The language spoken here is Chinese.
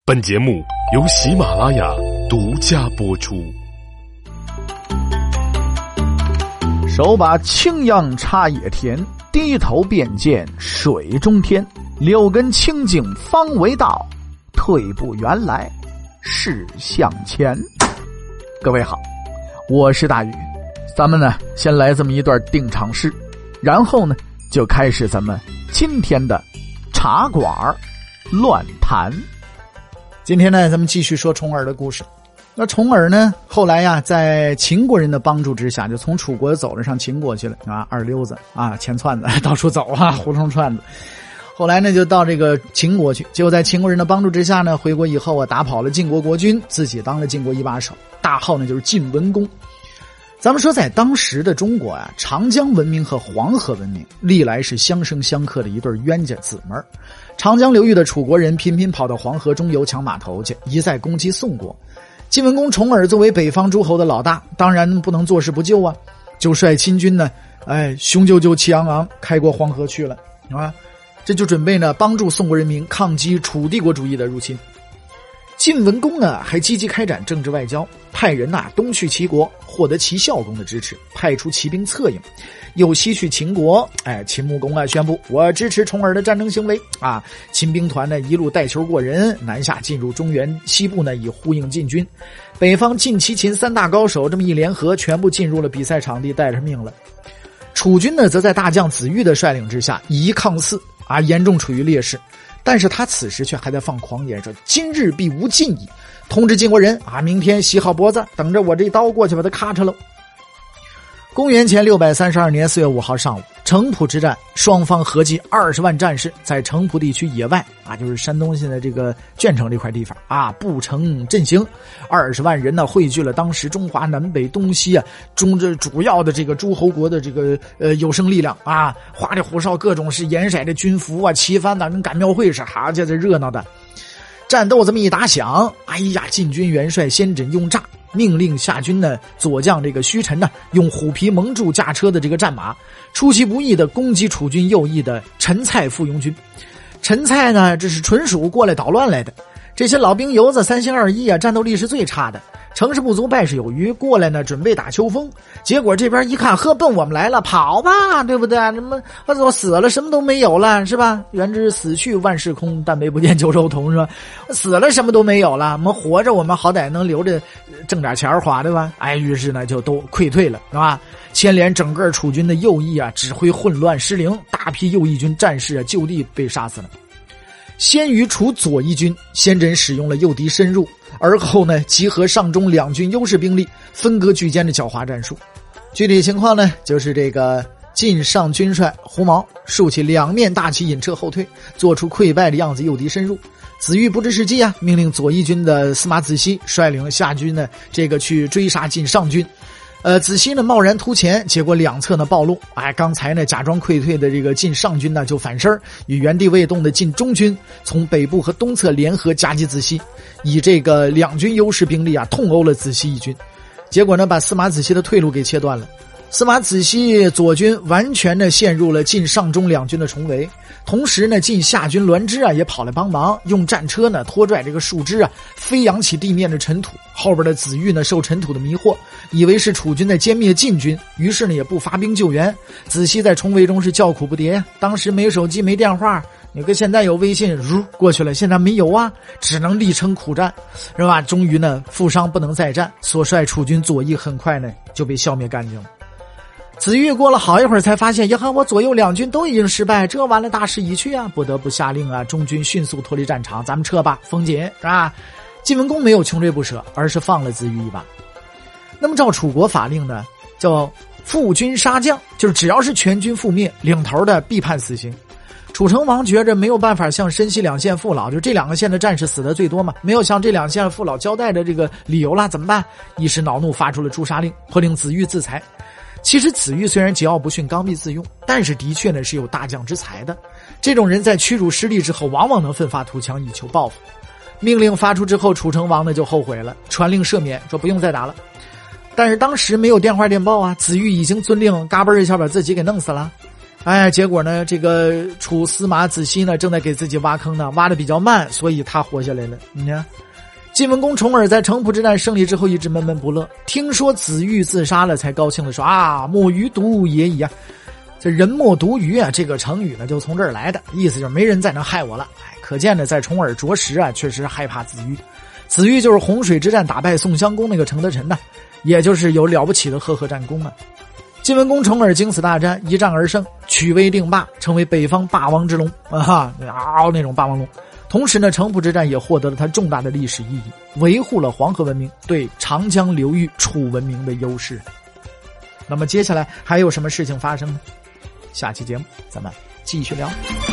本节目由喜马拉雅独家播出。 手把青秧插野田，低头便见水中天。六根清净方为道，退步原来是向前。各位好，我是大宇。咱们呢先来这么一段定场诗，然后呢就开始咱们今天的茶馆乱谈。今天呢咱们继续说重耳的故事。那重耳呢后来呀在秦国人的帮助之下，就从楚国走了上秦国去了啊，二溜子啊，钱窜子到处走啊，胡同串子。后来呢就到这个秦国去，结果在秦国人的帮助之下呢，回国以后啊打跑了晋国国君，自己当了晋国一把手，大号呢就是晋文公。咱们说在当时的中国啊，长江文明和黄河文明历来是相生相克的一对冤家姊妹。长江流域的楚国人频频跑到黄河中游抢码头去，一再攻击宋国。晋文公重耳作为北方诸侯的老大，当然不能坐视不救啊，就率亲军呢雄赳赳气昂昂开过黄河去了啊，这就准备呢帮助宋国人民抗击楚帝国主义的入侵。晋文公呢还积极开展政治外交，派人东去齐国，获得齐孝公的支持，派出骑兵策应，又西去秦国。秦穆公宣布我支持重耳的战争行为啊！秦兵团呢一路带球过人，南下进入中原西部呢，以呼应晋军。北方晋齐秦三大高手这么一联合，全部进入了比赛场地，带着命了。楚军呢则在大将子玉的率领之下以一抗四啊，严重处于劣势。但是他此时却还在放狂言说，今日必无尽矣，通知晋国人啊，明天洗好脖子，等着我这一刀过去把他咔嚓喽。公元前632年4月5号上午，城濮之战，双方合计20万战士在城濮地区野外啊，就是山东现在这个鄄城这块地方啊，布城阵型，20万人呢汇聚了当时中华南北东西啊主要的这个诸侯国的这个有生力量啊，花里胡哨，各种是颜色的军服啊，旗帆跟赶庙会似的，好家伙热闹的。战斗这么一打响，哎呀，晋军元帅先轸用诈，命令下军呢左将这个虚陈呢用虎皮蒙住驾车的这个战马，出其不意的攻击楚军右翼的陈蔡附庸军。陈蔡呢这是纯属过来捣乱来的，这些老兵油子三心二意啊，战斗力是最差的，成事不足败事有余，过来呢准备打秋风，结果这边一看，呵，奔我们来了，跑吧，对不对？什么我死了什么都没有了，是吧？原知死去万事空，但没不见旧愁同，是吧？死了什么都没有了，我们活着我们好歹能留着挣点钱花，对吧？于是呢就都溃退了，是吧？牵连整个楚军的右翼啊，指挥混乱失灵，大批右翼军战士就地被杀死了。先于楚左翼军，先轸使用了诱敌深入，而后呢集合上中两军优势兵力，分割据歼的狡猾战术。具体情况呢就是这个晋上军帅胡毛竖起两面大旗引撤后退，做出溃败的样子，诱敌深入。子玉不知时机啊，命令左翼军的司马子西率领下军呢这个去追杀晋上军。子西呢贸然突前，结果两侧呢暴露，刚才呢假装溃退的这个晋上军呢就反身，与原地未动的晋中军从北部和东侧联合夹击子西，以这个两军优势兵力痛殴了子西一军，结果呢把司马子西的退路给切断了。司马子西左军完全的陷入了晋上中两军的重围，同时呢晋下军栾枝也跑来帮忙，用战车呢拖拽这个树枝飞扬起地面的尘土。后边的子玉呢受尘土的迷惑，以为是楚军在歼灭晋军，于是呢也不发兵救援。子西在重围中是叫苦不迭呀，当时没手机没电话，你跟现在有微信过去了，现在没有啊，只能力撑苦战，是吧？终于呢负伤不能再战，所率楚军左翼很快呢就被消灭干净了。子玉过了好一会儿才发现，我左右两军都已经失败，这完了，大势已去啊，不得不下令中军迅速脱离战场，咱们撤吧，封紧，是吧？晋文公没有穷追不舍，而是放了子玉一把。那么照楚国法令呢，叫负军杀将，就是只要是全军覆灭，领头的必判死刑。楚成王觉着没有办法向申西两县父老，就这两个县的战士死的最多嘛，没有向这两县父老交代的这个理由啦，怎么办？一时恼怒，发出了诛杀令，迫令子玉自裁。其实子玉虽然桀骜不驯、刚愎自用，但是的确呢是有大将之才的。这种人在屈辱失利之后，往往能奋发图强，以求报复。命令发出之后，楚成王呢就后悔了，传令赦免，说不用再打了。但是当时没有电话电报啊，子玉已经遵令嘎嘣一下把自己给弄死了。 结果呢，这个楚司马子西呢正在给自己挖坑呢，挖的比较慢，所以他活下来了。你看，晋文公重耳在城濮之战胜利之后一直闷闷不乐，听说子玉自杀了，才高兴的说啊，莫于独也已啊。这人莫独于啊，这个成语呢就从这儿来的，意思就是没人再能害我了。可见呢，在重耳着实啊，确实害怕子玉。子玉就是洪水之战打败宋襄公那个程德臣呢，也就是有了不起的赫赫战功啊。晋文公重耳经此大战一战而胜，取威定霸，成为北方霸王之龙那种霸王龙。同时呢，城濮之战也获得了它重大的历史意义，维护了黄河文明对长江流域楚文明的优势。那么接下来还有什么事情发生呢？下期节目咱们继续聊。